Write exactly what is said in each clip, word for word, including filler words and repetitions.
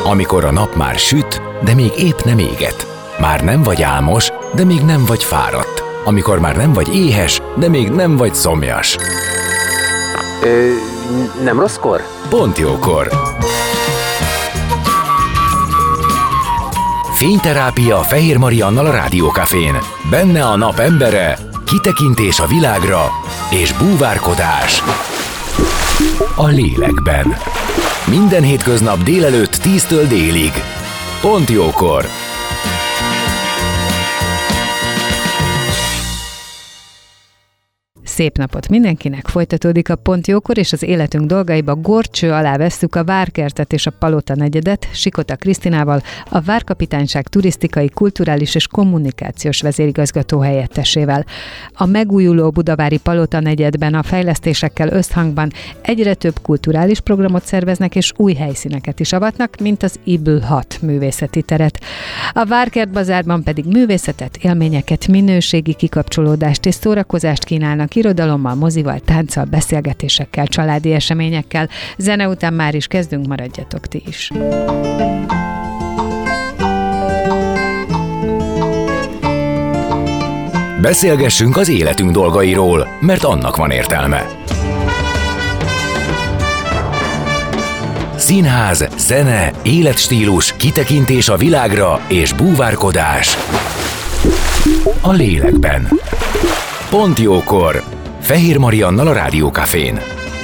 Amikor a nap már süt, de még épp nem éget. Már nem vagy álmos, de még nem vagy fáradt. Amikor már nem vagy éhes, de még nem vagy szomjas. Ö, nem rosszkor? Pont jókor! Fényterápia Fehér Mariannal a Rádiókafén. Benne a nap embere, kitekintés a világra és búvárkodás a lélekben. Minden hétköznap délelőtt tíztől délig. Pont jókor! Szép napot mindenkinek! Folytatódik a Pont jókor, és az életünk dolgaiba górcső alá vesszük a Várkertet és a Palota negyedet Sikota Krisztinával, a Várkapitányság turisztikai, kulturális és kommunikációs vezérigazgató helyettesével. A megújuló budavári Palota negyedben a fejlesztésekkel összhangban egyre több kulturális programot szerveznek, és új helyszíneket is avatnak, mint az Ibl hat művészeti teret. A Várkert bazárban pedig művészetet, élményeket, minőségi kikapcsolódást és szórakozást kínálnak irodalommal, mozival, tánccal, beszélgetésekkel, családi eseményekkel. Zene után már is kezdünk, maradjatok ti is. Beszélgessünk az életünk dolgairól, mert annak van értelme. Színház, zene, életstílus, kitekintés a világra és búvárkodás a lélekben. Pont jókor! Fehér Mariannal a Rádiókafén.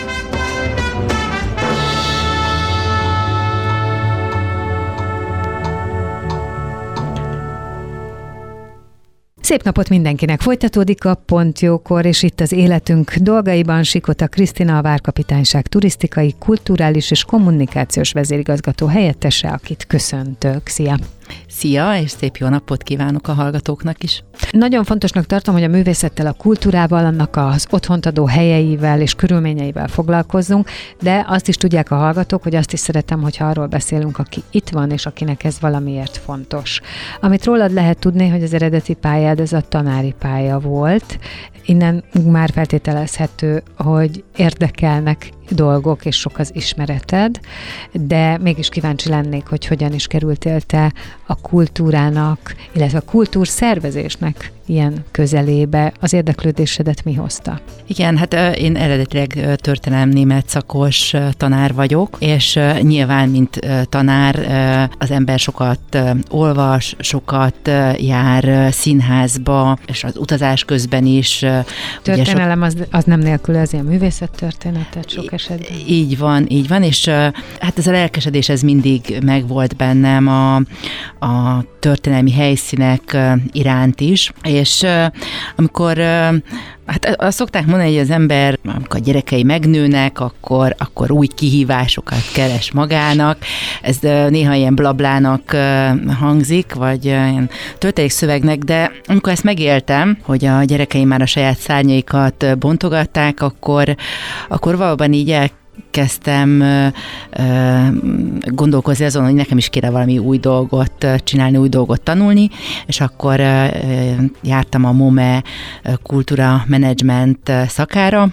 Szép napot mindenkinek! Folytatódik a Pont jókor, és itt az életünk dolgaiban Sikota Krisztina, a Várkapitányság turisztikai, kulturális és kommunikációs vezérigazgató helyettese, akit köszöntök. Szia! Szia, és szép jó napot kívánok a hallgatóknak is. Nagyon fontosnak tartom, hogy a művészettel, a kultúrával, annak az otthont adó helyeivel és körülményeivel foglalkozzunk, de azt is tudják a hallgatók, hogy azt is szeretem, hogyha arról beszélünk, aki itt van, és akinek ez valamiért fontos. Amit rólad lehet tudni, hogy az eredeti pályád ez a tanári pálya volt. Innen már feltételezhető, hogy érdekelnek dolgok, és sok az ismereted, de mégis kíváncsi lennék, hogy hogyan is kerültél te a kultúrának, illetve a kultúrszervezésnek ilyen közelébe. Az érdeklődésedet mi hozta? Igen, hát én eredetileg történelem német szakos tanár vagyok, és nyilván, mint tanár, az ember sokat olvas, sokat jár színházba, és az utazás közben is. Történelem az, az nem nélkül ilyen művészettörténetet sok esetben. Így van, így van, és hát ez a lelkesedés ez mindig megvolt bennem a, a történelmi helyszínek iránt is, és amikor, hát azt szokták mondani, hogy az ember, amikor a gyerekei megnőnek, akkor, akkor új kihívásokat keres magának. Ez néha ilyen blablának hangzik, vagy ilyen történelmi szövegnek, de amikor ezt megéltem, hogy a gyerekeim már a saját szárnyaikat bontogatták, akkor, akkor valóban így el kezdtem ö, ö, gondolkozni azon, hogy nekem is kéne valami új dolgot csinálni, új dolgot tanulni, és akkor ö, jártam a MOME kultúra menedzsment szakára,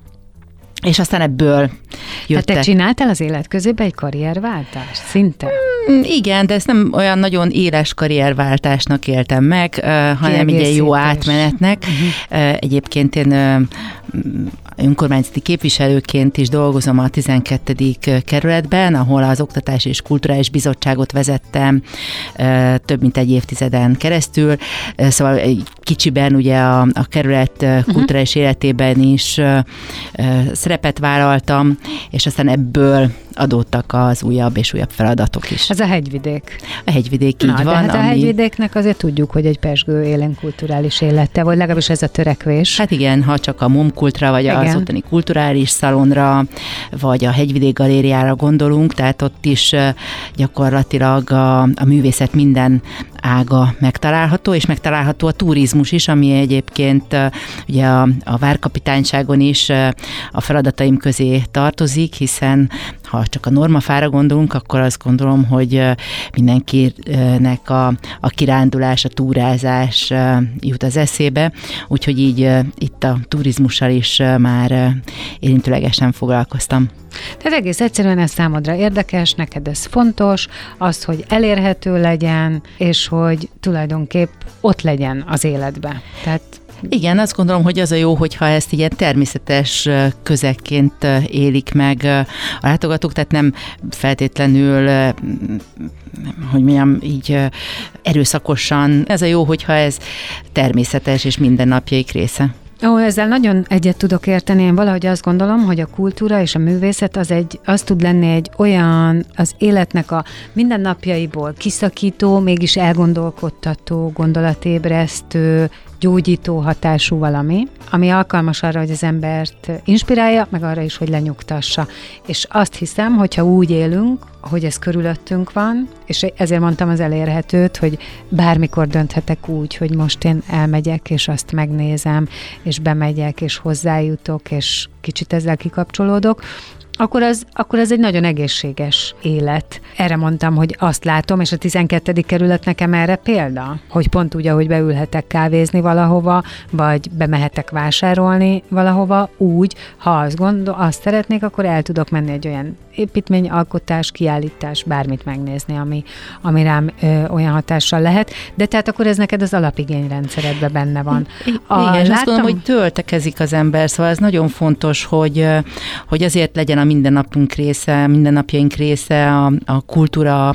és aztán ebből jöttek. Hát te csináltál az élet közében egy karrierváltást? Szinte? Igen, de ezt nem olyan nagyon éles karrierváltásnak éltem meg, hanem egy ilyen jó átmenetnek. Uh-huh. Egyébként én önkormányzati képviselőként is dolgozom a tizenkettedik kerületben, ahol az Oktatási és Kulturális Bizottságot vezettem több mint egy évtizeden keresztül. Szóval egy kicsiben ugye a, a kerület kulturális uh-huh. életében is szerepet vállaltam, és aztán ebből adódtak az újabb és újabb feladatok is. Ez a hegyvidék. A hegyvidék így Na, van. De hát ami... a hegyvidéknek azért tudjuk, hogy egy pezsgő élen kulturális élete, vagy legalábbis ez a törekvés. Hát igen, ha csak a Momkultra, vagy igen. az ottani kulturális szalonra, vagy a Hegyvidék galériára gondolunk, tehát ott is gyakorlatilag a, a művészet minden ága megtalálható, és megtalálható a turizmus is, ami egyébként ugye a, a Várkapitányságon is a feladataim közé tartozik, hiszen ha csak a normafára gondolunk, akkor azt gondolom, hogy mindenkinek a, a kirándulás, a túrázás jut az eszébe, úgyhogy így itt a turizmussal is már érintőlegesen foglalkoztam. Tehát egész egyszerűen ez számodra érdekes, neked ez fontos, az, hogy elérhető legyen, és hogy tulajdonképp ott legyen az életben. Tehát igen, azt gondolom, hogy az a jó, hogyha ezt ilyen természetes közegként élik meg a látogatók, tehát nem feltétlenül, hogy mondjam, így erőszakosan. Ez a jó, hogyha ez természetes és mindennapjaik része. Ó, ezzel nagyon egyet tudok érteni. Én valahogy azt gondolom, hogy a kultúra és a művészet az, egy, az tud lenni egy olyan az életnek a mindennapjaiból kiszakító, mégis elgondolkodtató, gondolatébresztő, gyógyító hatású valami, ami alkalmas arra, hogy az embert inspirálja, meg arra is, hogy lenyugtassa. És azt hiszem, hogyha úgy élünk, hogy ez körülöttünk van, és ezért mondtam az elérhetőt, hogy bármikor dönthetek úgy, hogy most én elmegyek, és azt megnézem, és bemegyek, és hozzájutok, és kicsit ezzel kikapcsolódok, akkor az, akkor az egy nagyon egészséges élet. Erre mondtam, hogy azt látom, és a tizenkettedik kerület nekem erre példa, hogy pont úgy, ahogy beülhetek kávézni valahova, vagy bemehetek vásárolni valahova, úgy, ha azt, gondol, azt szeretnék, akkor el tudok menni egy olyan építmény, alkotás, kiállítás, bármit megnézni, ami, ami rám ö, olyan hatással lehet. De tehát akkor ez neked az alapigényrendszeredben benne van. A, igen, és láttam... azt gondolom, hogy töltekezik az ember, szóval ez nagyon fontos, hogy, hogy azért legyen a mindennapunk része, mindennapjaink része, a, a kultúra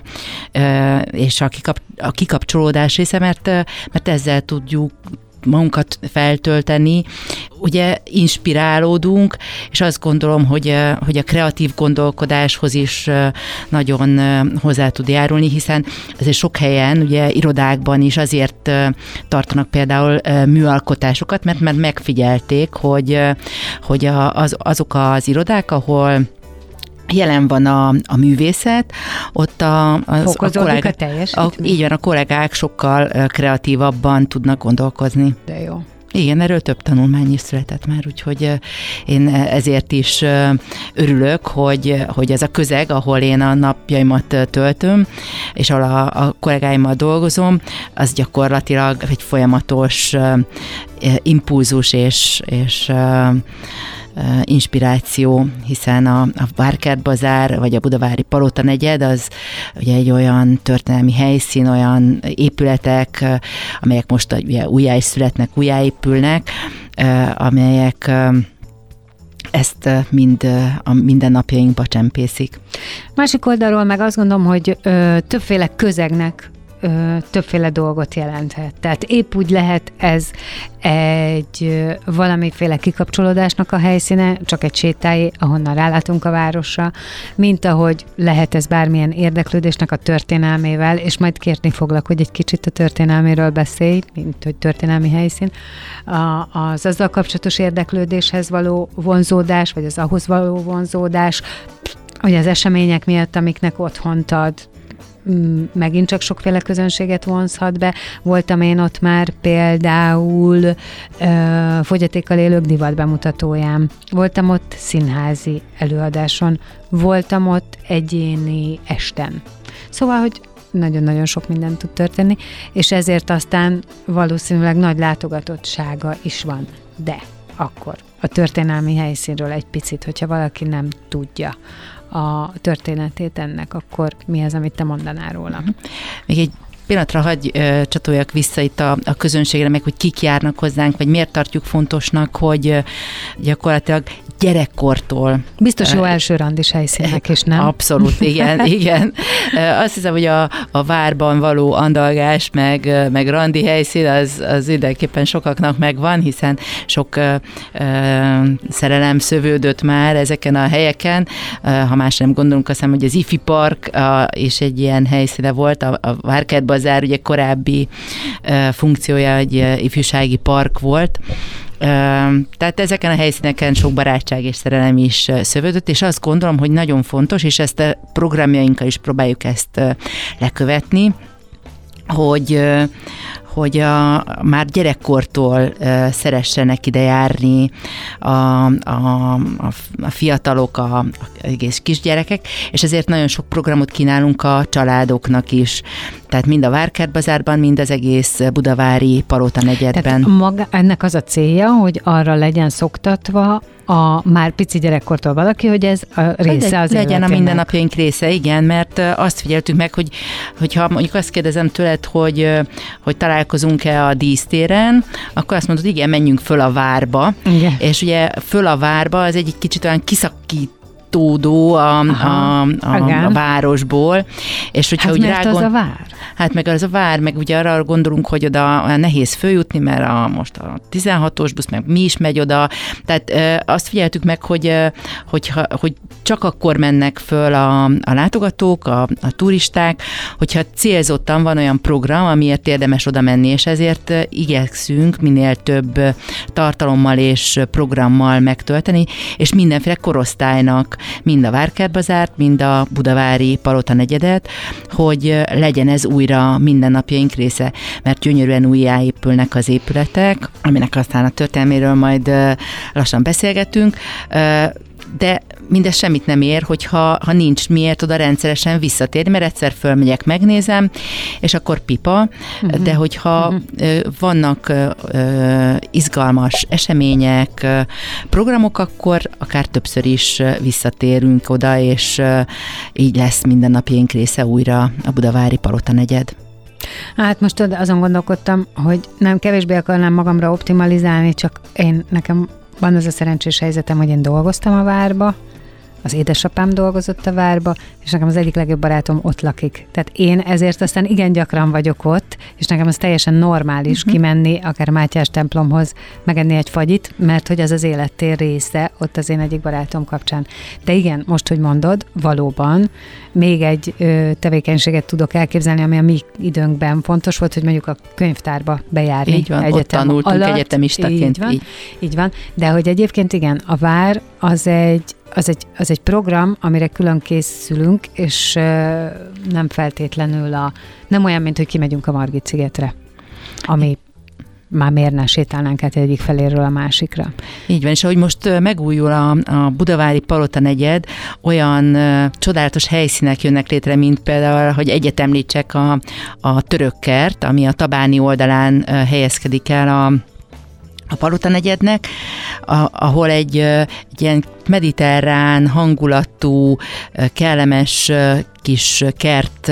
és a, kikap, a kikapcsolódás része, mert, mert ezzel tudjuk magunkat feltölteni. Ugye inspirálódunk, és azt gondolom, hogy, hogy a kreatív gondolkodáshoz is nagyon hozzá tud járulni, hiszen azért sok helyen, ugye irodákban is azért tartanak például műalkotásokat, mert, mert megfigyelték, hogy, hogy az, azok az irodák, ahol jelen van a, a művészet, ott a, az, a, kollégák, a, a így van, a kollégák sokkal kreatívabban tudnak gondolkozni. De jó. Igen, erről több tanulmány is született már, úgyhogy én ezért is örülök, hogy, hogy ez a közeg, ahol én a napjaimat töltöm, és ahol a, a kollégáimmal dolgozom, az gyakorlatilag egy folyamatos impulzus és, és inspiráció, hiszen a, a Várkert Bazár, vagy a Budavári Palota negyed, az ugye egy olyan történelmi helyszín, olyan épületek, amelyek most ugye újjá is születnek, újjáépülnek, amelyek ezt mind a mindennapjainkba csempészik. Másik oldalról meg azt gondolom, hogy ö, többféle közegnek ö, többféle dolgot jelenthet. Tehát épp úgy lehet ez egy ö, valamiféle kikapcsolódásnak a helyszíne, csak egy sétály, ahonnan rálátunk a városra, mint ahogy lehet ez bármilyen érdeklődésnek a történelmével, és majd kérni foglak, hogy egy kicsit a történelméről beszélj, mint hogy történelmi helyszín. A, az azzal kapcsolatos érdeklődéshez való vonzódás, vagy az ahhoz való vonzódás, hogy az események miatt, amiknek otthont ad, megint csak sokféle közönséget vonzhat be. Voltam én ott már például ö, fogyatékkal élők divat bemutatóján. Voltam ott színházi előadáson. Voltam ott egyéni esten. Szóval, hogy nagyon-nagyon sok minden tud történni, és ezért aztán valószínűleg nagy látogatottsága is van. De akkor a történelmi helyszínről egy picit, hogyha valaki nem tudja a történetét ennek, akkor mi az, amit te mondanál róla? Még egy pillanatra hagyj ö, csatoljak vissza itt a, a közönségre, meg hogy kik járnak hozzánk, vagy miért tartjuk fontosnak, hogy ö, gyakorlatilag gyerekkortól. Biztos jó első randis helyszínek is, nem? Abszolút, igen, igen. Azt hiszem, hogy a, a várban való andalgás, meg, meg randi helyszín, az, az mindenképpen sokaknak megvan, hiszen sok ö, ö, szerelem szövődött már ezeken a helyeken. Ha más nem gondolunk, azt hiszem, hogy az Ifi Park a, és egy ilyen helyszíne volt, a, a Várkert Bazár ugye korábbi ö, funkciója egy ö, ifjúsági park volt. Tehát ezeken a helyszíneken sok barátság és szerelem is szövődött, és azt gondolom, hogy nagyon fontos, és ezt a programjainkkal is próbáljuk ezt lekövetni, hogy, hogy a, már gyerekkortól szeressenek ide járni a, a, a, a fiatalok, a, a egész kisgyerekek, és ezért nagyon sok programot kínálunk a családoknak is. Tehát mind a Várkertbazárban, mind az egész budavári Palota negyedben. Tehát maga, ennek az a célja, hogy arra legyen szoktatva a már pici gyerekkortól valaki, hogy ez a része az legyen életének. a mindennapjaink része, igen, mert azt figyeltük meg, hogy hogyha mondjuk azt kérdezem tőled, hogy, hogy találkozunk-e a dísztéren, akkor azt mondod, igen, menjünk föl a várba, igen. És ugye föl a várba az egy kicsit olyan kiszakít tódó a, a, a, a városból. És hogyha hát úgy mert rágond... az a vár? Hát meg az a vár, meg ugye arra gondolunk, hogy oda olyan nehéz följutni, mert a, most a tizenhatos busz, meg mi is megy oda. Tehát e, azt figyeltük meg, hogy, e, hogyha, hogy csak akkor mennek föl a, a látogatók, a, a turisták, hogyha célzottan van olyan program, amiért érdemes oda menni, és ezért igyekszünk minél több tartalommal és programmal megtölteni, és mindenféle korosztálynak, mind a Várkertbazárt, mind a budavári Palota negyedet, hogy legyen ez újra mindennapjaink része, mert gyönyörűen újjáépülnek az épületek, aminek aztán a történelméről majd lassan beszélgetünk, de mindez semmit nem ér, hogyha ha nincs miért oda rendszeresen visszatérni, mert egyszer fölmegyek, megnézem, és akkor pipa, uh-huh. de hogyha uh-huh. vannak uh, izgalmas események, uh, programok, akkor akár többször is visszatérünk oda, és uh, így lesz mindennapjaink része újra a budavári Palota negyed. Hát most azon gondolkodtam, hogy nem kevésbé akarnám magamra optimalizálni, csak én nekem van az a szerencsés helyzetem, hogy én dolgoztam a várba, az édesapám dolgozott a várba, és nekem az egyik legjobb barátom ott lakik. Tehát én ezért aztán igen gyakran vagyok ott, és nekem az teljesen normális uh-huh. kimenni, akár Mátyás templomhoz, megenni egy fagyit, mert hogy az az élettér része ott az én egyik barátom kapcsán. De igen, most, hogy mondod, valóban még egy ö, tevékenységet tudok elképzelni, ami a mi időnkben fontos volt, hogy mondjuk a könyvtárba bejárni. Így van, egyetem ott tanultunk alatt, egyetemistaként. Így van, így. így van, de hogy egyébként igen, a vár az egy Az egy, az egy program, amire külön készülünk, és uh, nem feltétlenül a, nem olyan, mint hogy kimegyünk a Margit szigetre, ami már miért ne sétálnánk át egyik feléről a másikra. Így van, és ahogy most megújul a, a budavári Palota negyed, olyan uh, csodálatos helyszínek jönnek létre, mint például, hogy egyet említsek a, a Törökkert, ami a Tabáni oldalán uh, helyezkedik el a a Palota negyednek, ahol egy, egy ilyen mediterrán hangulatú, kellemes kis kert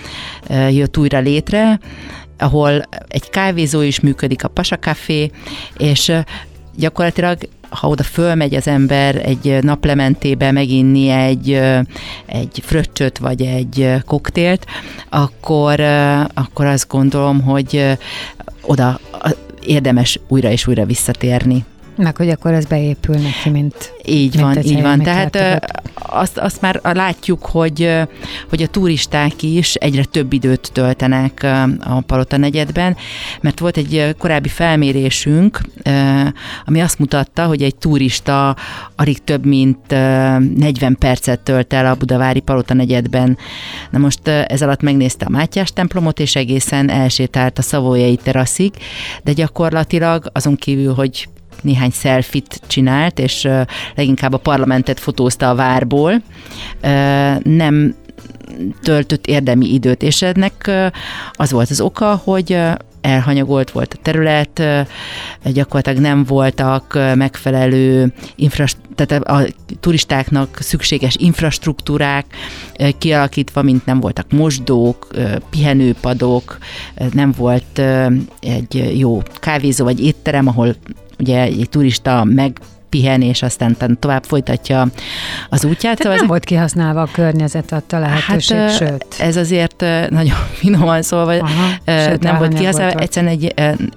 jött újra létre, ahol egy kávézó is működik, a Pasa Café, és gyakorlatilag ha oda fölmegy az ember egy naplementébe meginni egy, egy fröccsöt vagy egy koktélt, akkor, akkor azt gondolom, hogy oda érdemes újra és újra visszatérni. Meg, hogy akkor ez beépül neki, mint Így van, így van. Tehát azt, azt már látjuk, hogy, hogy a turisták is egyre több időt töltenek a Palota negyedben, mert volt egy korábbi felmérésünk, ami azt mutatta, hogy egy turista alig több mint negyven percet tölt el a budavári Palota negyedben. Na most ez alatt megnézte a Mátyás templomot, és egészen elsétált a Szavoyai teraszig, de gyakorlatilag azon kívül, hogy néhány selfit csinált, és uh, leginkább a parlamentet fotózta a várból. Uh, nem töltött érdemi időt, és ennek uh, az volt az oka, hogy uh, elhanyagolt volt a terület, uh, gyakorlatilag nem voltak uh, megfelelő infrastruktúrák, tehát a turistáknak szükséges infrastruktúrák uh, kialakítva, mint nem voltak mosdók, uh, pihenőpadok, uh, nem volt uh, egy jó kávézó vagy étterem, ahol ugye egy turista megpihen, és aztán tovább folytatja az útját. Tehát nem volt kihasználva a környezet, adta lehetőség, hát, sőt. Ez azért nagyon finoman szólva, Aha, sőt, nem volt kihasználva, egyszerűen egy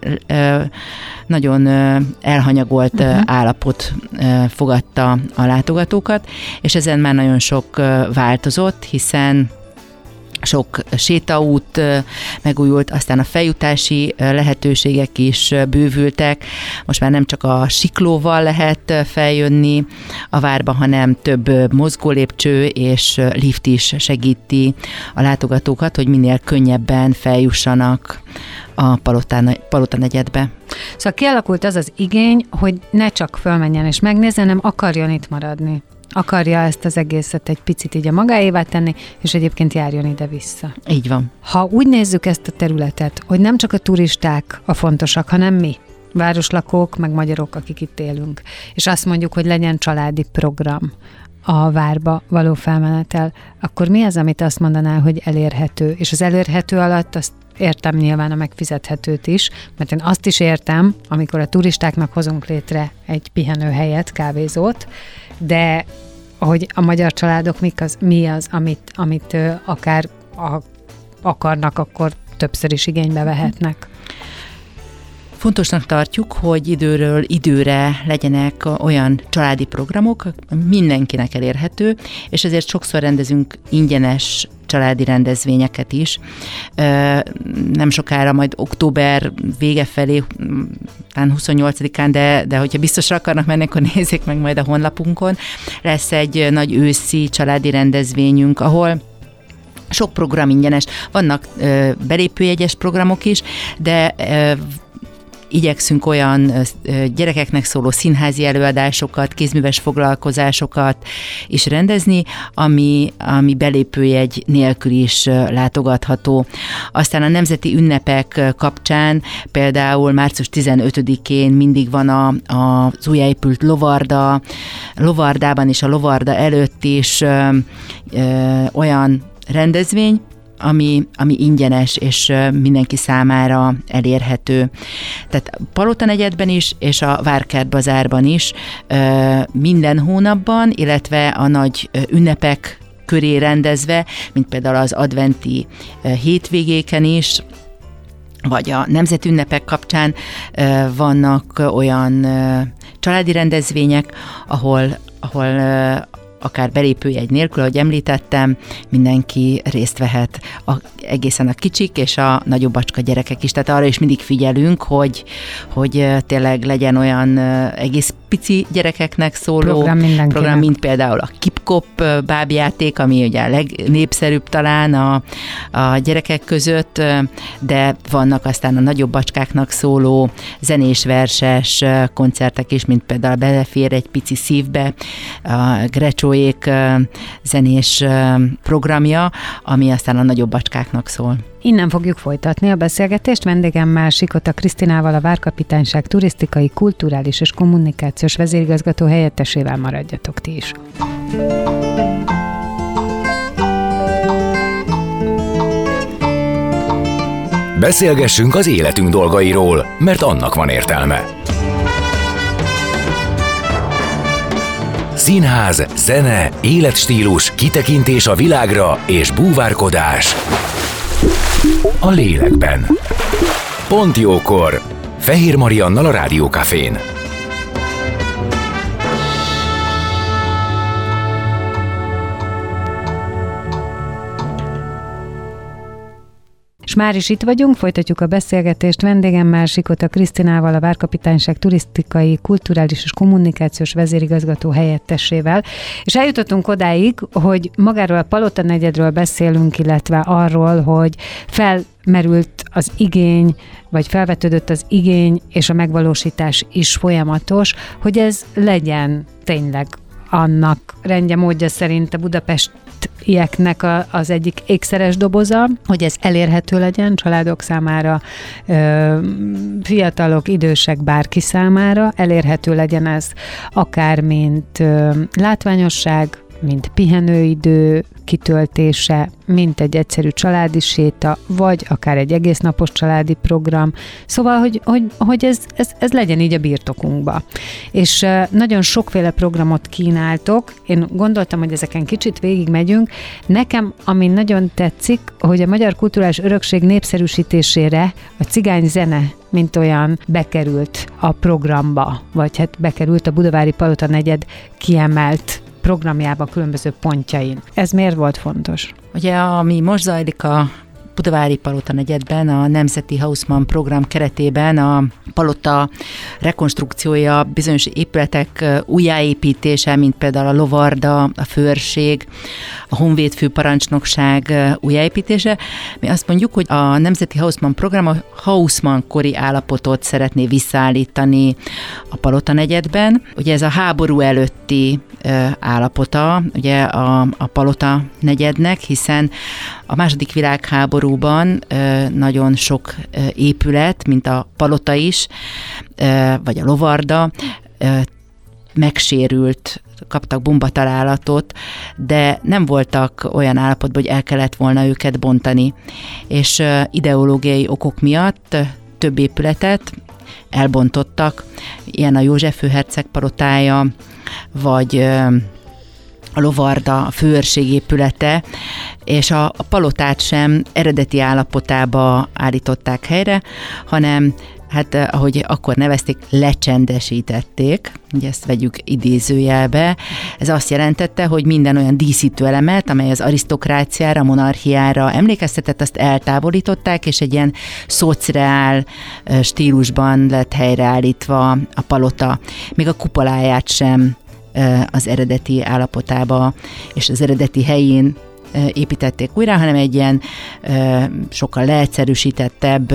nagyon elhanyagolt uh-huh. állapot fogadta a látogatókat, és ezen már nagyon sok változott, hiszen sok sétaút megújult, aztán a feljutási lehetőségek is bővültek. Most már nem csak a siklóval lehet feljönni a várba, hanem több mozgólépcső és lift is segíti a látogatókat, hogy minél könnyebben feljussanak a Palota negyedbe. Szóval kialakult az az igény, hogy ne csak fölmenjen és megnézzen, hanem akarjon itt maradni. Akarja ezt az egészet egy picit így a magáévá tenni, és egyébként járjon ide-vissza. Így van. Ha úgy nézzük ezt a területet, hogy nem csak a turisták a fontosak, hanem mi, városlakók, meg magyarok, akik itt élünk, és azt mondjuk, hogy legyen családi program a várba való felmenetel, akkor mi az, amit azt mondanál, hogy elérhető? És az elérhető alatt azt értem nyilván a megfizethetőt is, mert én azt is értem, amikor a turistáknak hozunk létre egy pihenőhelyet, kávézót, de hogy a magyar családok mik az, mi az, amit, amit ö, akár a, akarnak, akkor többször is igénybe vehetnek. Fontosnak tartjuk, hogy időről időre legyenek olyan családi programok, mindenkinek elérhető, és ezért sokszor rendezünk ingyenes családi rendezvényeket is. Nem sokára, majd október vége felé, talán huszonnyolcadikán, de, de hogyha biztosra akarnak menni, akkor nézzék meg majd a honlapunkon. Lesz egy nagy őszi családi rendezvényünk, ahol sok program ingyenes. Vannak belépőjegyes programok is, de igyekszünk olyan gyerekeknek szóló színházi előadásokat, kézműves foglalkozásokat is rendezni, ami, ami belépőjegy nélkül is látogatható. Aztán a nemzeti ünnepek kapcsán például március tizenötödikén mindig van a, a, az újjáépült Lovarda, Lovardában és a Lovarda előtt is ö, ö, olyan rendezvény, Ami, ami ingyenes és mindenki számára elérhető. Tehát Palota negyedben is, és a Várkert Bazárban is minden hónapban, illetve a nagy ünnepek köré rendezve, mint például az adventi hétvégéken is, vagy a nemzeti ünnepek kapcsán vannak olyan családi rendezvények, ahol, ahol akár belépőjegy nélkül, ahogy említettem, mindenki részt vehet, a, egészen a kicsik és a nagyobbacska gyerekek is. Tehát arra is mindig figyelünk, hogy, hogy tényleg legyen olyan egész pici gyerekeknek szóló program, program mint például a Kipkop bábjáték, ami ugye a legnépszerűbb talán a, a gyerekek között, de vannak aztán a nagyobb bacskáknak szóló zenés-verses koncertek is, mint például Belefér egy pici szívbe, a Grecsóék zenés programja, ami aztán a nagyobb bacskáknak szól. Innen fogjuk folytatni a beszélgetést. Vendégemmel Sikota Krisztinával, a Várkapitányság turisztikai, kulturális és kommunikációs vezérigazgató helyettesével. Maradjatok ti is. Beszélgessünk az életünk dolgairól, mert annak van értelme. Színház, zene, életstílus, kitekintés a világra és búvárkodás a lélekben. Pont jókor! Fehér Mariannal a Rádió Cafén. És már is itt vagyunk, folytatjuk a beszélgetést vendégemmel, Sikota Krisztinával, a Várkapitányság turisztikai, kulturális és kommunikációs vezérigazgató helyettesével. És eljutottunk odáig, hogy magáról a Palota negyedről beszélünk, illetve arról, hogy felmerült az igény, vagy felvetődött az igény, és a megvalósítás is folyamatos, hogy ez legyen tényleg annak rendje módja szerint a budapestieknek a, az egyik ékszeres doboza, hogy ez elérhető legyen családok számára, fiatalok, idősek, bárki számára, elérhető legyen ez akár mint látványosság, mint pihenőidő kitöltése, mint egy egyszerű családi séta, vagy akár egy egész napos családi program. Szóval, hogy, hogy, hogy ez, ez, ez legyen így a birtokunkba. És nagyon sokféle programot kínáltok. Én gondoltam, hogy ezeken kicsit végigmegyünk. Nekem, ami nagyon tetszik, hogy a magyar kulturális örökség népszerűsítésére a cigány zene mint olyan bekerült a programba, vagy hát bekerült a Budavári Palota negyed kiemelt programjában, különböző pontjain. Ez miért volt fontos? Ugye, ami most zajlik a Budavári Palota negyedben, a Nemzeti Haussmann program keretében a palota rekonstrukciója, bizonyos épületek újjáépítése, mint például a Lovarda, a Főőrség, a Honvéd főparancsnokság újjáépítése. Mi azt mondjuk, hogy a Nemzeti Haussmann program a Haussmann-kori állapotot szeretné visszaállítani a Palota negyedben. Ugye ez a háború előtti állapota, ugye a, a Palota negyednek, hiszen a második világháborúban nagyon sok épület, mint a Palota is, vagy a Lovarda, megsérült, kaptak bombatalálatot, de nem voltak olyan állapotban, hogy el kellett volna őket bontani. És ideológiai okok miatt több épületet elbontottak, ilyen a József főherceg palotája, vagy a Lovarda, a Főőrség épülete, és a, a palotát sem eredeti állapotába állították helyre, hanem hát ahogy akkor nevezték, lecsendesítették, ugye ezt vegyük idézőjelbe. Ez azt jelentette, hogy minden olyan díszítő elemet, amely az arisztokráciára, monarchiára emlékeztetett, azt eltávolították, és egy ilyen szociál stílusban lett helyreállítva a palota. Még a kupoláját sem az eredeti állapotába és az eredeti helyén építették újra, hanem egy ilyen sokkal leegyszerűsítettebb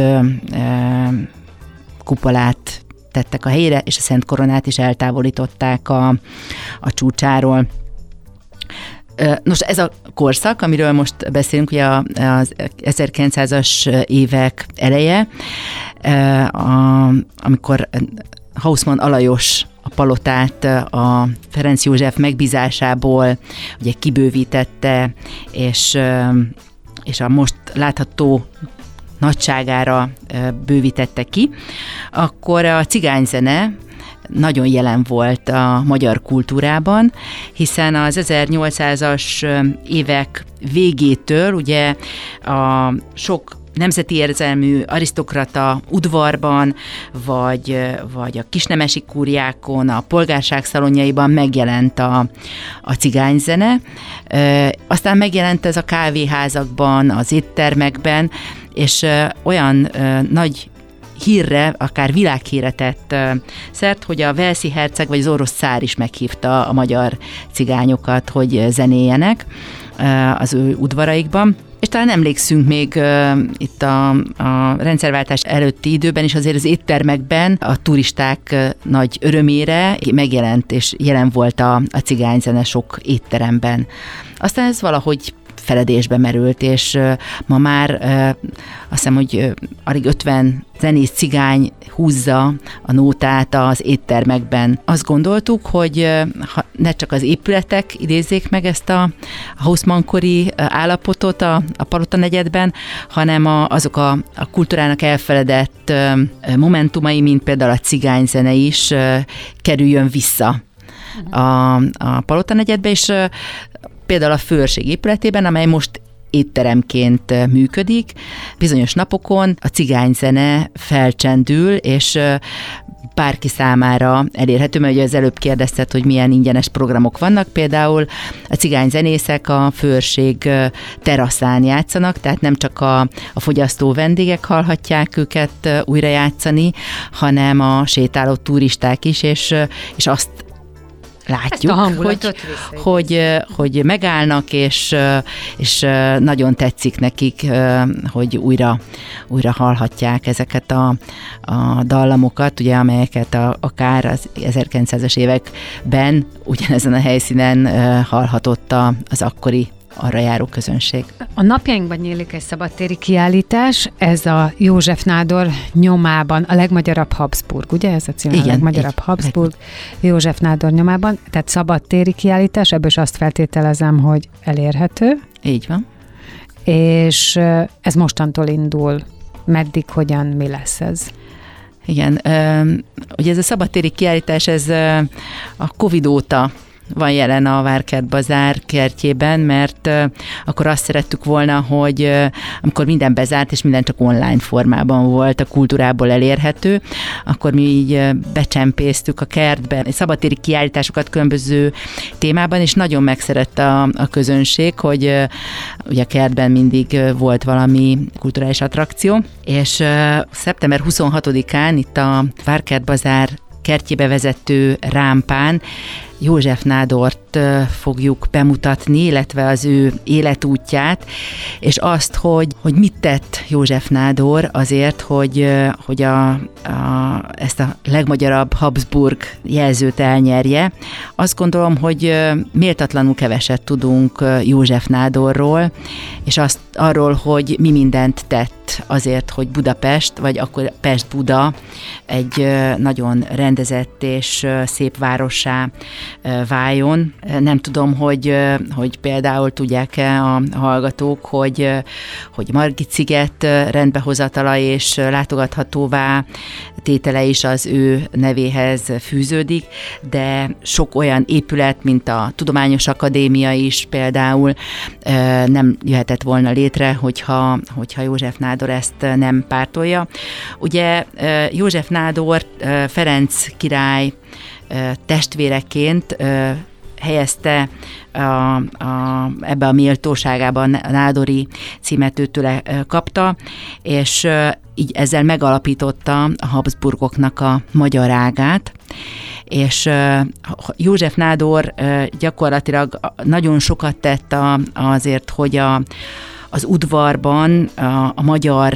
kupolát tettek a helyére, és a Szent Koronát is eltávolították a, a csúcsáról. Nos, ez a korszak, amiről most beszélünk, ugye az ezerkilencszázas évek eleje, amikor Haussmann Alajos a palotát a Ferenc József megbízásából ugye kibővítette, és, és a most látható nagyságára bővítette ki, akkor a cigányzene nagyon jelen volt a magyar kultúrában, hiszen az ezernyolcszázas évek végétől ugye a sok nemzeti érzelmű arisztokrata udvarban, vagy, vagy a kisnemesi kúriákon, a polgárság szalonjaiban megjelent a, a cigányzene. E, aztán megjelent ez a kávéházakban, az éttermekben, és e, olyan e, nagy hírre, akár világhírre tett e, szert, hogy a velszi herceg vagy az orosz cár is meghívta a magyar cigányokat, hogy zenéljenek e, az ő udvaraikban. És talán emlékszünk még uh, itt a, a rendszerváltás előtti időben is azért az éttermekben a turisták uh, nagy örömére megjelent és jelen volt a, a cigányzene sok étteremben. Aztán ez valahogy feledésbe merült, és uh, ma már uh, azt hiszem, hogy uh, alig ötven zenész cigány húzza a nótát az éttermekben. Azt gondoltuk, hogy uh, ha ne csak az épületek idézzék meg ezt a Haussmann-kori uh, állapotot a, a Palota negyedben, hanem a, azok a, a kultúrának elfeledett uh, momentumai, mint például a cigányzene is uh, kerüljön vissza a, a Palota negyedbe, és uh, például a Főőrség épületében, amely most étteremként működik. Bizonyos napokon a cigányzene felcsendül, és bárki számára elérhető, mert ugye az előbb kérdezted, hogy milyen ingyenes programok vannak. Például a cigányzenészek a Főőrség teraszán játszanak, tehát nem csak a, a fogyasztó vendégek hallhatják őket újra játszani, hanem a sétáló turisták is, és, és azt látjuk, hogy, hogy, hogy megállnak, és, és nagyon tetszik nekik, hogy újra, újra hallhatják ezeket a, a dallamokat, ugye, amelyeket a, akár az ezerkilencszázas években ugyanezen a helyszínen hallhatott az akkori arra járó közönség. A napjainkban nyílik egy szabadtéri kiállítás, ez a József Nádor nyomában, a legmagyarabb Habsburg, ugye ez a cím? Igen, a legmagyarabb így, Habsburg, József Nádor nyomában, tehát szabadtéri kiállítás, ebből is azt feltételezem, hogy elérhető. Így van. És ez mostantól indul. Meddig, hogyan, mi lesz ez? Igen, ugye ez a szabadtéri kiállítás, ez a Covid óta van jelen a Várkert Bazár kertjében, mert akkor azt szerettük volna, hogy amikor minden bezárt, és minden csak online formában volt a kultúrából elérhető, akkor mi így becsempésztük a kertbe szabadtéri kiállításokat különböző témában, és nagyon megszerette a, a közönség, hogy ugye a kertben mindig volt valami kulturális attrakció, és szeptember huszonhatodikán itt a Várkert Bazár kertjébe vezető rámpán József Nádort fogjuk bemutatni, illetve az ő életútját, és azt, hogy, hogy mit tett József Nádor azért, hogy, hogy a, a, ezt a legmagyarabb Habsburg jelzőt elnyerje. Azt gondolom, hogy méltatlanul keveset tudunk József Nádorról, és azt arról, hogy mi mindent tett azért, hogy Budapest, vagy akkor Pest-Buda egy nagyon rendezett és szép várossá váljon. Nem tudom, hogy, hogy például tudják-e a hallgatók, hogy, hogy Margit-sziget rendbehozatala és látogathatóvá tétele is az ő nevéhez fűződik, de sok olyan épület, mint a Tudományos Akadémia is például nem jöhetett volna létre, hogyha, hogyha József Nádor ezt nem pártolja. Ugye József Nádor Ferenc király testvéreként helyezte a, a, ebbe a méltóságában a nádori címet őtőle kapta, és így ezzel megalapította a Habsburgoknak a magyar ágát, és József Nádor gyakorlatilag nagyon sokat tett azért, hogy a, az udvarban a, a magyar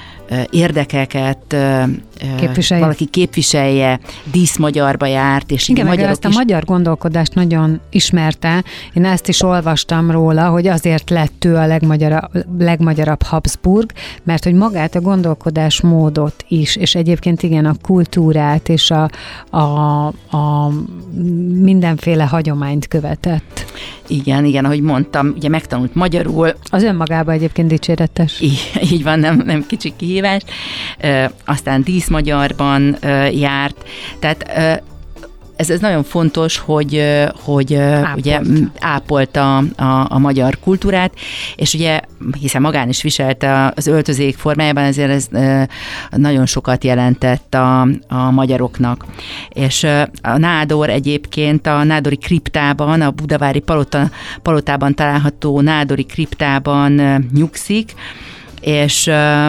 érdekeket képviselje. valaki képviselje, díszmagyarba járt, és igen, magyarok ezt a is... magyar gondolkodást nagyon ismerte. Én ezt is olvastam róla, hogy azért lett ő a legmagyara, legmagyarabb Habsburg, mert hogy magát a gondolkodásmódot is, és egyébként igen, a kultúrát és a, a, a mindenféle hagyományt követett. Igen, igen, ahogy mondtam, ugye megtanult magyarul. Az önmagában egyébként dicséretes. Így, így van, nem, nem kicsi kihívás. E, aztán díszmagyarban e, járt, tehát e, ez, ez nagyon fontos, hogy, hogy Ápolt. ugye ápolta a, a magyar kultúrát, és ugye, hiszen magán is viselte az öltözék formájában, ezért ez nagyon sokat jelentett a, a magyaroknak. És a Nádor egyébként a nádori kriptában, a budavári palota, palotában található nádori kriptában nyugszik, és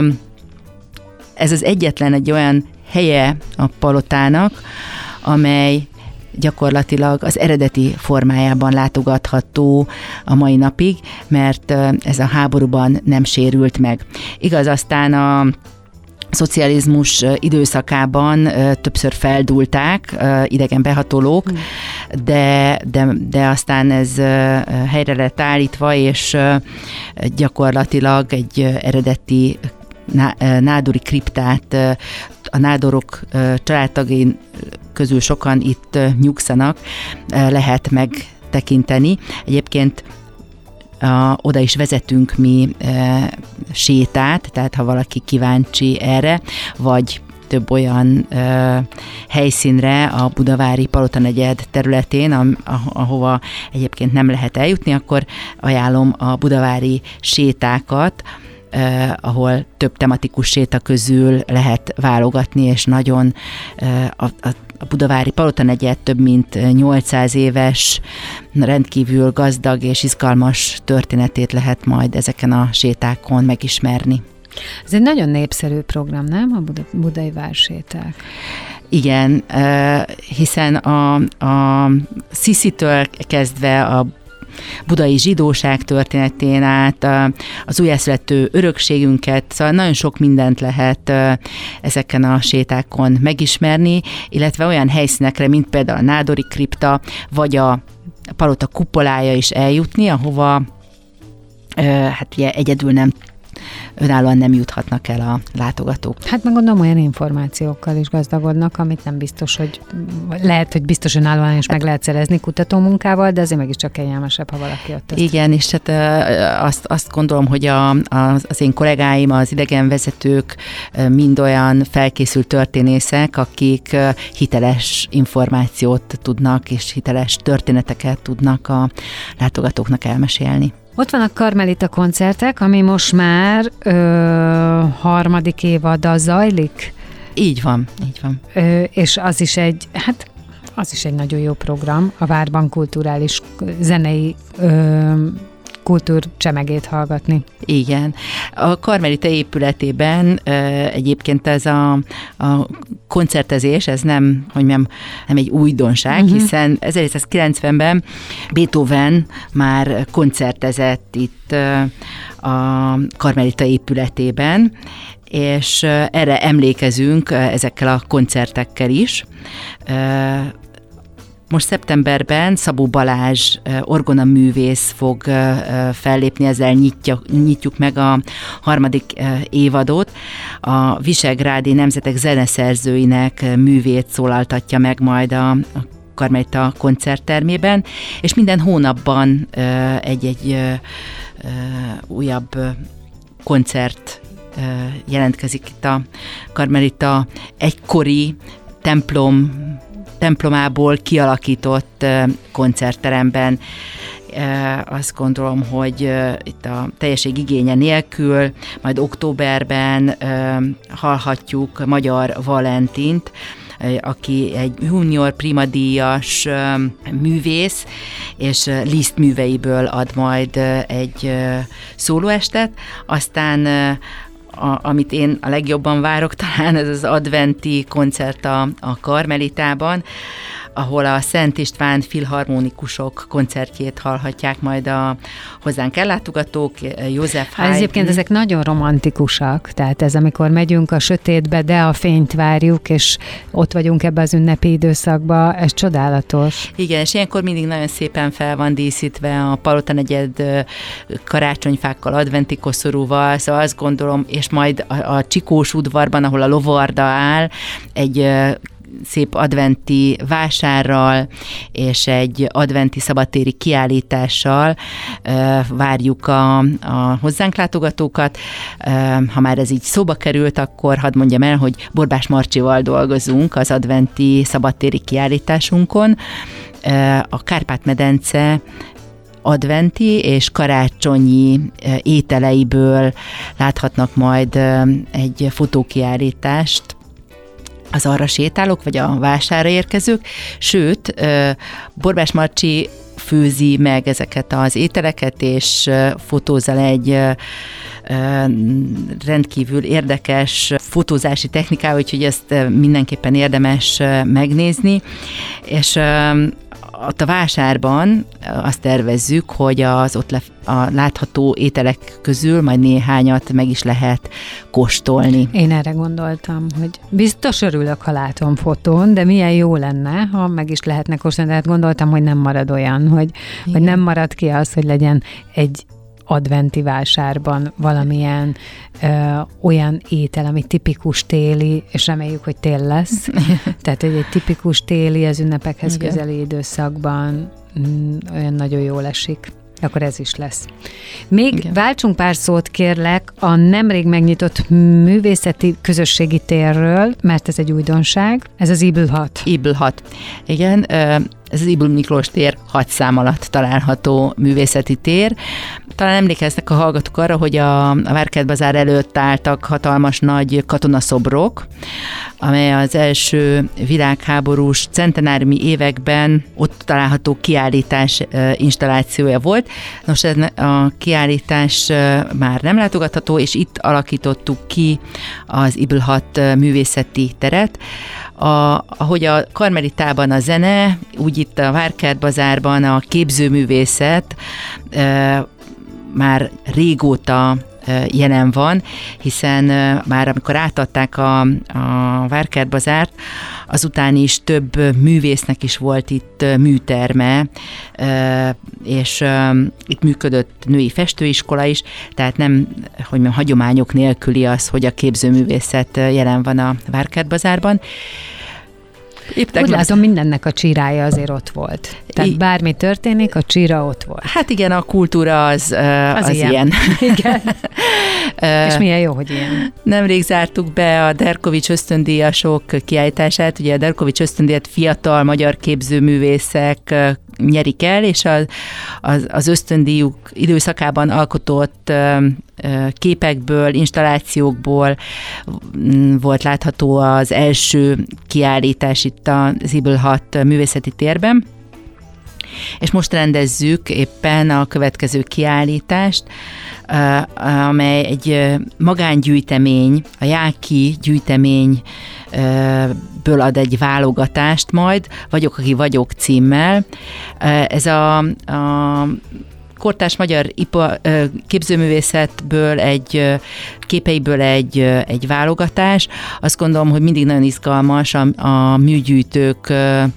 ez az egyetlen egy olyan helye a palotának, amely gyakorlatilag az eredeti formájában látogatható a mai napig, mert ez a háborúban nem sérült meg. Igaz, aztán a szocializmus időszakában többször feldúlták idegen behatolók, hmm. de, de, de aztán ez helyre lett állítva, és gyakorlatilag egy eredeti nádori kriptát a nádorok családtagjain közül sokan itt nyugszanak, lehet megtekinteni. Egyébként a, oda is vezetünk mi e, sétát, tehát ha valaki kíváncsi erre, vagy több olyan e, helyszínre a budavári Palotanegyed területén, a, a, ahova egyébként nem lehet eljutni, akkor ajánlom a budavári sétákat, Uh, ahol több tematikus séta közül lehet válogatni, és nagyon uh, a, a, a budavári Palotanegyed több mint nyolcszáz éves, rendkívül gazdag és izgalmas történetét lehet majd ezeken a sétákon megismerni. Ez egy nagyon népszerű program, nem? A Buda, budai várséták. Igen, uh, hiszen a, a Sziszitől kezdve a budai zsidóság történetén át, az újjászülető örökségünket, szóval nagyon sok mindent lehet ezeken a sétákon megismerni, illetve olyan helyszínekre, mint például a nádori kripta, vagy a palota kupolája is eljutni, ahova hát ugye egyedül nem önállóan nem juthatnak el a látogatók. Hát meg gondolom olyan információkkal is gazdagodnak, amit nem biztos, hogy lehet, hogy biztos önállóan is meg lehet szerezni kutatómunkával, de azért mégiscsak kényelmesebb, ha valaki ott ezt. Igen, és hát azt, azt gondolom, hogy a, az, az én kollégáim, az idegenvezetők mind olyan felkészült történészek, akik hiteles információt tudnak, és hiteles történeteket tudnak a látogatóknak elmesélni. Ott van a Karmelita koncertek, ami most már ö, harmadik évada zajlik. Így van, így van. Ö, és az is egy, hát az is egy nagyon jó program, a Várban kulturális zenei ö, kultúrcsemegét hallgatni. Igen. A Karmelita épületében egyébként ez a, a koncertezés, ez nem, hogy nem, nem egy újdonság, uh-huh. hiszen ezernyolcszázkilencvenben Beethoven már koncertezett itt a Karmelita épületében, és erre emlékezünk ezekkel a koncertekkel is. Most szeptemberben Szabó Balázs orgonaművész fog fellépni, ezzel nyitja, nyitjuk meg a harmadik évadot. A Visegrádi Nemzetek zeneszerzőinek művét szólaltatja meg majd a Karmelita koncerttermében, és minden hónapban egy-egy újabb koncert jelentkezik itt a Karmelita egykori templom templomából kialakított koncertteremben. Azt gondolom, hogy itt a teljesség igénye nélkül, majd októberben hallhatjuk Magyar Valentint, aki egy junior primadíjas művész, és Liszt műveiből ad majd egy szólóestet, aztán A, amit én a legjobban várok, talán ez az adventi koncert a, a Karmelitában, ahol a Szent István filharmonikusok koncertjét hallhatják majd a hozzánk ellátogatók, József Haydn. Egyébként ezek nagyon romantikusak, tehát ez amikor megyünk a sötétbe, de a fényt várjuk, és ott vagyunk ebbe az ünnepi időszakba, ez csodálatos. Igen, és ilyenkor mindig nagyon szépen fel van díszítve a Palotanegyed karácsonyfákkal, adventi koszorúval, szóval azt gondolom, és majd a, a Csikós udvarban, ahol a lovarda áll, egy szép adventi vásárral és egy adventi szabadtéri kiállítással várjuk a, a hozzánk látogatókat. Ha már ez így szóba került, akkor hadd mondjam el, hogy Borbás Marcsival dolgozunk az adventi szabadtéri kiállításunkon. A Kárpát-medence adventi és karácsonyi ételeiből láthatnak majd egy fotókiállítást az arra sétálók, vagy a vásárra érkezők, sőt, Borbás Marcsi főzi meg ezeket az ételeket, és fotóz el egy rendkívül érdekes fotózási technikával, úgyhogy ezt mindenképpen érdemes megnézni, és ott a vásárban azt tervezzük, hogy az ott lef- a látható ételek közül majd néhányat meg is lehet kóstolni. Én erre gondoltam, hogy biztos örülök, ha látom fotón, de milyen jó lenne, ha meg is lehetne kóstolni. Tehát gondoltam, hogy nem marad olyan, hogy, hogy nem marad ki az, hogy legyen egy adventi vásárban valamilyen ö, olyan étel, ami tipikus téli, és reméljük, hogy tél lesz. Tehát, hogy egy tipikus téli, az ünnepekhez igen. közeli időszakban mm, olyan nagyon jól esik. Akkor ez is lesz. Még igen. váltsunk pár szót, kérlek, a nemrég megnyitott művészeti közösségi térről, mert ez egy újdonság, ez az Ibl hat. Ibl hat. Igen, ez az Ibl Miklós tér hat szám alatt található művészeti tér. Talán emlékeznek a hallgatók arra, hogy a, a Várkertbazár előtt álltak hatalmas nagy katonaszobrok, amely az első világháborús centenáriumi években ott található kiállítás installációja volt. Nos, ez a kiállítás már nem látogatható, és itt alakítottuk ki az Ibl hat művészeti teret. A, ahogy a Karmelitában a zene, úgy itt a Várkertbazárban a képzőművészet e, már régóta jelen van, hiszen már amikor átadták a, a Várkertbazárt, azután is több művésznek is volt itt műterme, és itt működött női festőiskola is, tehát nem, hogy mondjam, hagyományok nélküli az, hogy a képzőművészet jelen van a Várkertbazárban. Épp úgy látom, mindennek a csírája azért ott volt. Tehát I- bármi történik, a csíra ott volt. Hát igen, a kultúra az, az, az ilyen. ilyen. Igen. És milyen jó, hogy ilyen. Nemrég zártuk be a Derkovits ösztöndíjasok kiállítását. Ugye a Derkovits ösztöndíjat fiatal magyar képzőművészek nyerik el, és az, az, az ösztöndíjuk időszakában alkotott képekből, installációkból volt látható az első kiállítás itt az Ibl hat művészeti térben. És most rendezzük éppen a következő kiállítást, amely egy magángyűjtemény, a Jáki gyűjteményből ad egy válogatást majd, Vagyok, aki vagyok címmel. Ez a, a kortárs magyar ipa, képzőművészetből, egy képeiből egy, egy válogatás. Azt gondolom, hogy mindig nagyon izgalmas a, a műgyűjtők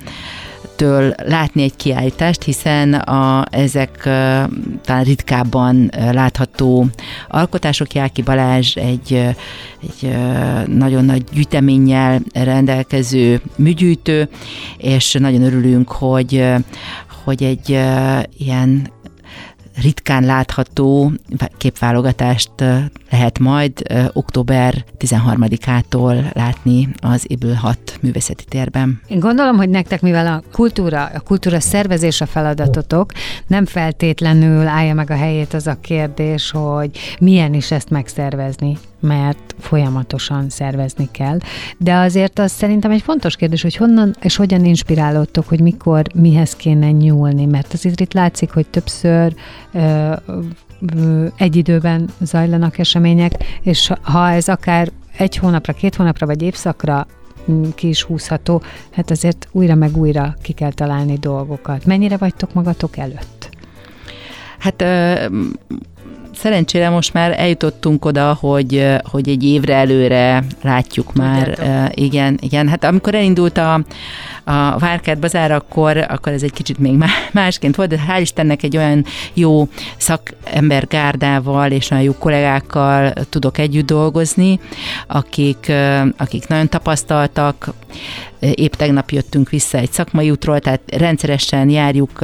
től látni egy kiállítást, hiszen a, ezek talán ritkábban látható alkotások. Jáki Balázs egy, egy nagyon nagy gyűjteménnyel rendelkező műgyűjtő, és nagyon örülünk, hogy, hogy egy ilyen ritkán látható képválogatást lehet majd október tizenharmadikától látni az Ibl hat művészeti térben. Én gondolom, hogy nektek, mivel a kultúra, a kultúra szervezés a feladatotok, nem feltétlenül állja meg a helyét az a kérdés, hogy milyen is ezt megszervezni, mert folyamatosan szervezni kell. De azért az szerintem egy fontos kérdés, hogy honnan és hogyan inspirálódtok, hogy mikor, mihez kéne nyúlni, mert azért itt látszik, hogy többször ö, ö, egy időben zajlanak események, és ha ez akár egy hónapra, két hónapra vagy évszakra ki is húzható, hát azért újra meg újra ki kell találni dolgokat. Mennyire vagytok magatok előtt? Hát ö, szerencsére most már eljutottunk oda, hogy, hogy egy évre előre látjuk már. Uh, igen, igen. Hát amikor elindult a, a Várkertbazár, akkor, akkor ez egy kicsit még másként volt, de hál' Istennek egy olyan jó szakembergárdával és olyan jó kollégákkal tudok együtt dolgozni, akik, akik nagyon tapasztaltak. Épp tegnap jöttünk vissza egy szakmai útról, tehát rendszeresen járjuk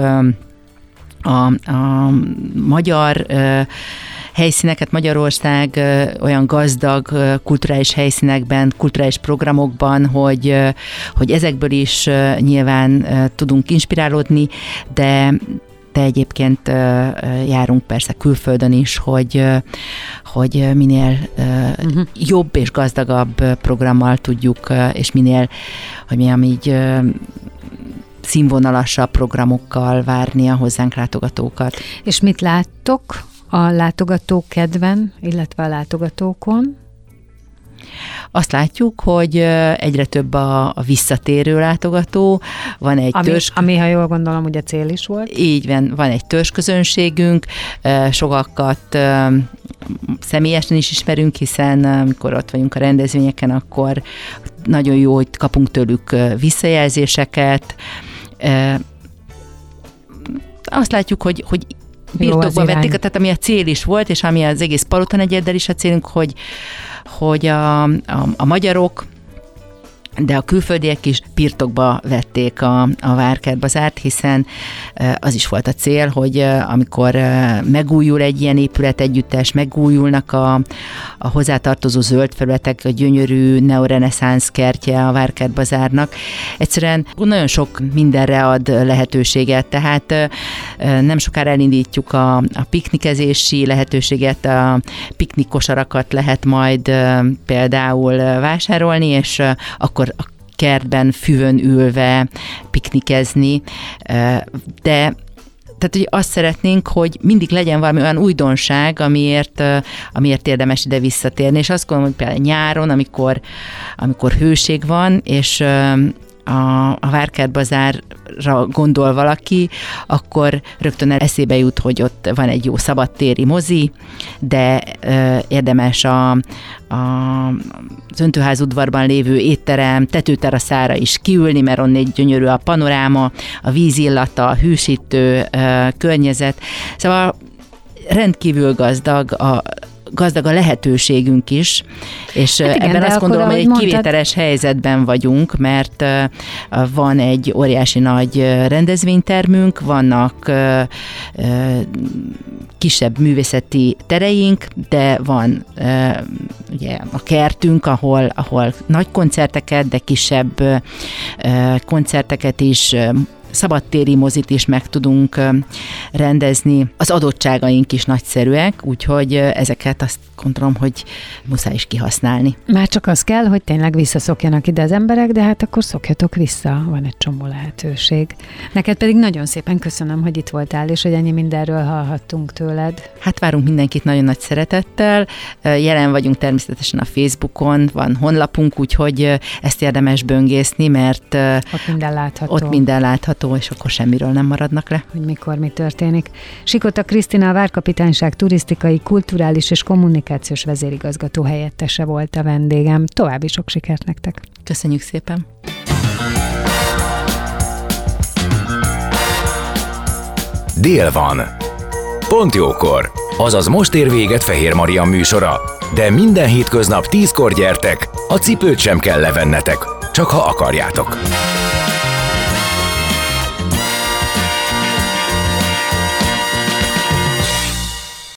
A, a magyar ö, helyszíneket, Magyarország ö, olyan gazdag ö, kulturális helyszínekben, kulturális programokban, hogy, ö, hogy ezekből is ö, nyilván ö, tudunk inspirálódni, de de egyébként ö, járunk persze külföldön is, hogy, ö, hogy minél ö, uh-huh. jobb és gazdagabb programmal tudjuk, ö, és minél, hogy mi így ö, színvonalasabb programokkal várni a hozzánk látogatókat. És mit láttok a látogatók kedven, illetve a látogatókon? Azt látjuk, hogy egyre több a, a visszatérő látogató, van egy ami, törzs... Ami, ha jól gondolom, ugye cél is volt. Így van, van egy törzsközönségünk, sokakat személyesen is ismerünk, hiszen amikor ott vagyunk a rendezvényeken, akkor nagyon jó, hogy kapunk tőlük visszajelzéseket. Azt látjuk, hogy, hogy birtokba vették, tehát ami a cél is volt, és ami az egész Palota negyeddel is a célunk, hogy, hogy a, a, a magyarok, de a külföldiek is birtokba vették a, a Várkertbazárt, hiszen az is volt a cél, hogy amikor megújul egy ilyen épület együttes, megújulnak a, a hozzátartozó zöld felületek, a gyönyörű neoreneszánsz kertje a Várkertbazárnak, egyszerűen nagyon sok mindenre ad lehetőséget, tehát nem sokára elindítjuk a, a piknikezési lehetőséget, a piknikkosarakat lehet majd például vásárolni, és akkor a kertben füvön ülve piknikezni, de tehát hogy azt szeretnénk, hogy mindig legyen valami olyan újdonság, amiért, amiért érdemes ide visszatérni, és azt gondolom, hogy például nyáron, amikor, amikor hőség van, és a, a Várkert-bazárra gondol valaki, akkor rögtön eszébe jut, hogy ott van egy jó szabadtéri mozi, de ö, érdemes a, a, az öntőházudvarban lévő étterem tetőteraszára is kiülni, mert onnél gyönyörű a panoráma, a vízillata, a hűsítő ö, környezet. Szóval rendkívül gazdag a gazdag a lehetőségünk is, és hát igen, ebben azt gondolom, hogy egy mondtad... kivételes helyzetben vagyunk, mert van egy óriási nagy rendezvénytermünk, vannak kisebb művészeti tereink, de van ugye a kertünk, ahol, ahol nagy koncerteket, de kisebb koncerteket is, szabadtéri mozit is meg tudunk rendezni. Az adottságaink is nagyszerűek, úgyhogy ezeket azt gondolom, hogy muszáj is kihasználni. Már csak az kell, hogy tényleg visszaszokjanak ide az emberek, de hát akkor szokjatok vissza, van egy csomó lehetőség. Neked pedig nagyon szépen köszönöm, hogy itt voltál, és hogy ennyi mindenről hallhattunk tőled. Hát várunk mindenkit nagyon nagy szeretettel. Jelen vagyunk természetesen a Facebookon, van honlapunk, úgyhogy ezt érdemes böngészni, mert ott minden látható. Ott minden látható, és akkor semmiről nem maradnak le. Hogy mikor mi történik. Sikota Krisztina, a Várkapitányság turisztikai, kulturális és kommunikációs vezérigazgató helyettese volt a vendégem. További sok sikert nektek. Köszönjük szépen. Dél van. Pont jókor. Azaz most ér véget Fehér Maria műsora. De minden hétköznap tízkor gyertek, a cipőt sem kell levennetek, csak ha akarjátok.